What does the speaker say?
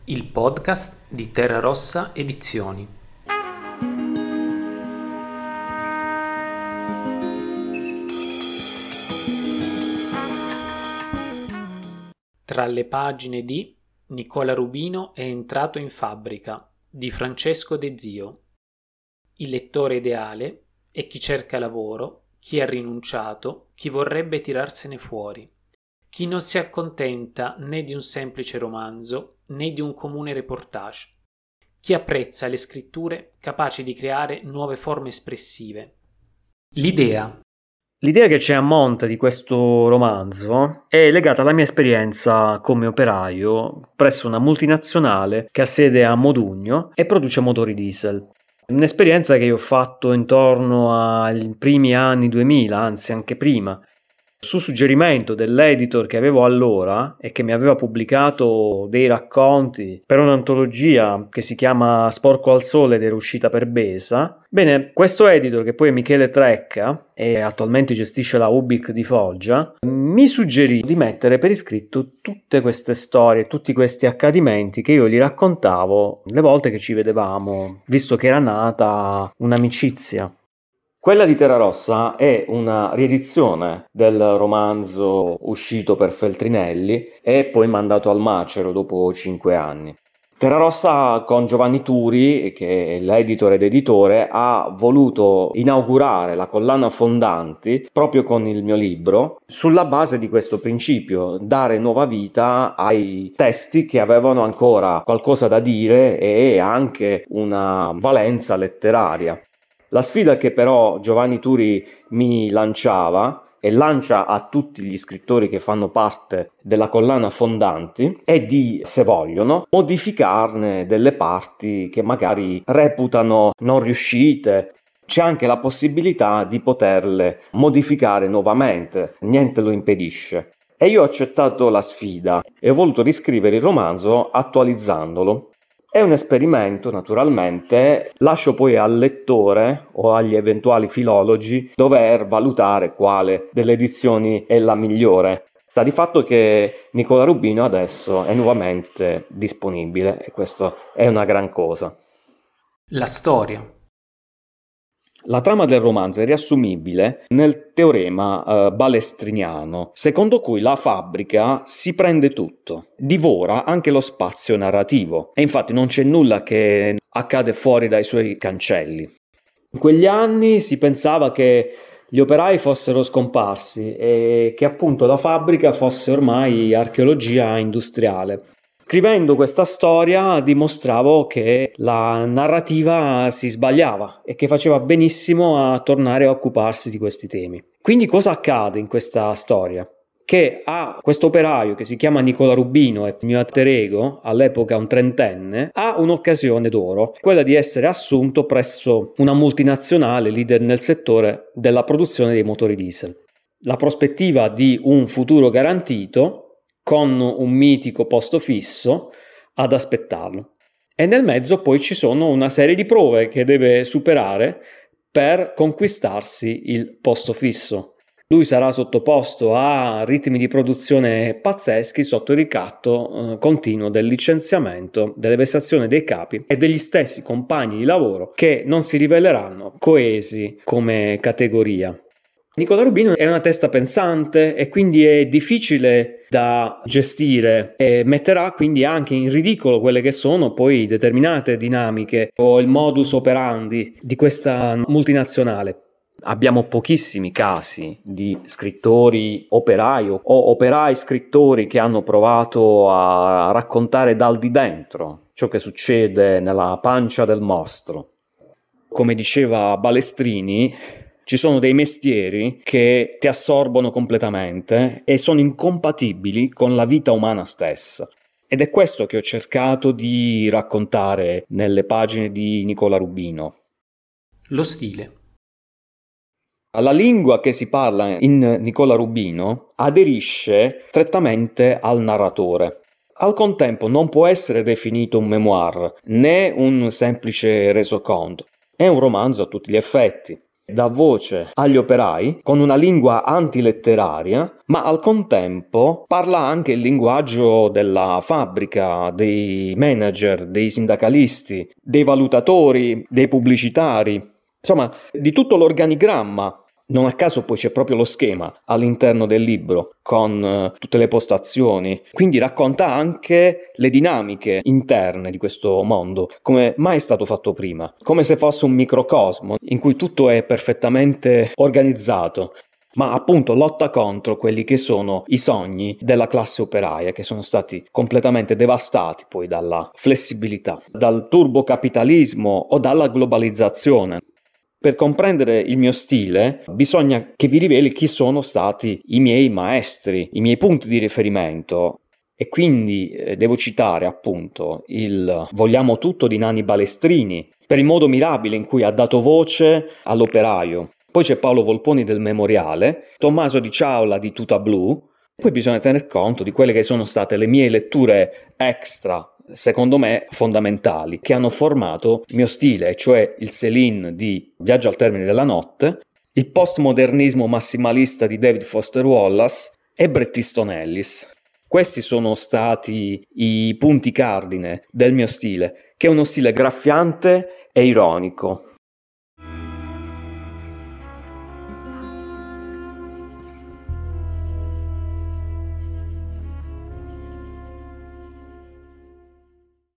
Il podcast di Terra Rossa Edizioni. Tra le pagine di Nicola Rubino è entrato in fabbrica di Francesco De Zio. Il lettore ideale è chi cerca lavoro, chi ha rinunciato, chi vorrebbe tirarsene fuori, chi non si accontenta né di un semplice romanzo né di un comune reportage, chi apprezza le scritture capaci di creare nuove forme espressive. L'idea che c'è a monte di questo romanzo è legata alla mia esperienza come operaio presso una multinazionale che ha sede a Modugno e produce motori diesel. Un'esperienza che io ho fatto intorno ai primi anni 2000, anzi anche prima, su suggerimento dell'editor che avevo allora e che mi aveva pubblicato dei racconti per un'antologia che si chiama Sporco al Sole ed era uscita per Besa. Bene, questo editor, che poi è Michele Trecca e attualmente gestisce la Ubic di Foggia, mi suggerì di mettere per iscritto tutte queste storie, tutti questi accadimenti che io gli raccontavo le volte che ci vedevamo, visto che era nata un'amicizia. Quella di Terra Rossa è una riedizione del romanzo uscito per Feltrinelli e poi mandato al macero dopo 5 anni. Terra Rossa, con Giovanni Turi, che è l'editor ed editore, ha voluto inaugurare la collana Fondanti proprio con il mio libro, sulla base di questo principio: dare nuova vita ai testi che avevano ancora qualcosa da dire e anche una valenza letteraria. La sfida che però Giovanni Turi mi lanciava e lancia a tutti gli scrittori che fanno parte della collana Fondanti è di, se vogliono, modificarne delle parti che magari reputano non riuscite. C'è anche la possibilità di poterle modificare nuovamente, niente lo impedisce. E io ho accettato la sfida e ho voluto riscrivere il romanzo attualizzandolo. È un esperimento, naturalmente, lascio poi al lettore o agli eventuali filologi dover valutare quale delle edizioni è la migliore. Sta di fatto che Nicola Rubino adesso è nuovamente disponibile e questo è una gran cosa. La storia. La trama del romanzo è riassumibile nel teorema balestriniano, secondo cui la fabbrica si prende tutto, divora anche lo spazio narrativo e infatti non c'è nulla che accade fuori dai suoi cancelli. In quegli anni si pensava che gli operai fossero scomparsi e che appunto la fabbrica fosse ormai archeologia industriale. Scrivendo questa storia dimostravo che la narrativa si sbagliava e che faceva benissimo a tornare a occuparsi di questi temi. Quindi cosa accade in questa storia? Che a questo operaio che si chiama Nicola Rubino, è il mio alter ego, all'epoca un trentenne, ha un'occasione d'oro, quella di essere assunto presso una multinazionale leader nel settore della produzione dei motori diesel. La prospettiva di un futuro garantito con un mitico posto fisso ad aspettarlo. E nel mezzo poi ci sono una serie di prove che deve superare per conquistarsi il posto fisso. Lui sarà sottoposto a ritmi di produzione pazzeschi sotto il ricatto continuo del licenziamento, delle vessazioni dei capi e degli stessi compagni di lavoro che non si riveleranno coesi come categoria. Nicola Rubino è una testa pensante e quindi è difficile da gestire e metterà quindi anche in ridicolo quelle che sono poi determinate dinamiche o il modus operandi di questa multinazionale. Abbiamo pochissimi casi di scrittori operai o operai scrittori che hanno provato a raccontare dal di dentro ciò che succede nella pancia del mostro. Come diceva Balestrini, ci sono dei mestieri che ti assorbono completamente e sono incompatibili con la vita umana stessa. Ed è questo che ho cercato di raccontare nelle pagine di Nicola Rubino. Lo stile. La lingua che si parla in Nicola Rubino aderisce strettamente al narratore. Al contempo non può essere definito un memoir né un semplice resoconto. È un romanzo a tutti gli effetti. dà voce agli operai con una lingua antiletteraria, ma al contempo parla anche il linguaggio della fabbrica, dei manager, dei sindacalisti, dei valutatori, dei pubblicitari, insomma, di tutto l'organigramma. Non a caso poi c'è proprio lo schema all'interno del libro con tutte le postazioni, quindi racconta anche le dinamiche interne di questo mondo, come mai è stato fatto prima, come se fosse un microcosmo in cui tutto è perfettamente organizzato, ma appunto lotta contro quelli che sono i sogni della classe operaia, che sono stati completamente devastati poi dalla flessibilità, dal turbocapitalismo o dalla globalizzazione. Per comprendere il mio stile bisogna che vi riveli chi sono stati i miei maestri, i miei punti di riferimento. E quindi devo citare appunto il Vogliamo tutto di Nanni Balestrini, per il modo mirabile in cui ha dato voce all'operaio. Poi c'è Paolo Volponi del Memoriale, Tommaso Di Ciaula di Tuta Blu. Poi bisogna tener conto di quelle che sono state le mie letture extra, secondo me fondamentali, che hanno formato il mio stile, cioè il Céline di Viaggio al termine della notte, il postmodernismo massimalista di David Foster Wallace e Bret Easton Ellis. Questi sono stati i punti cardine del mio stile, che è uno stile graffiante e ironico.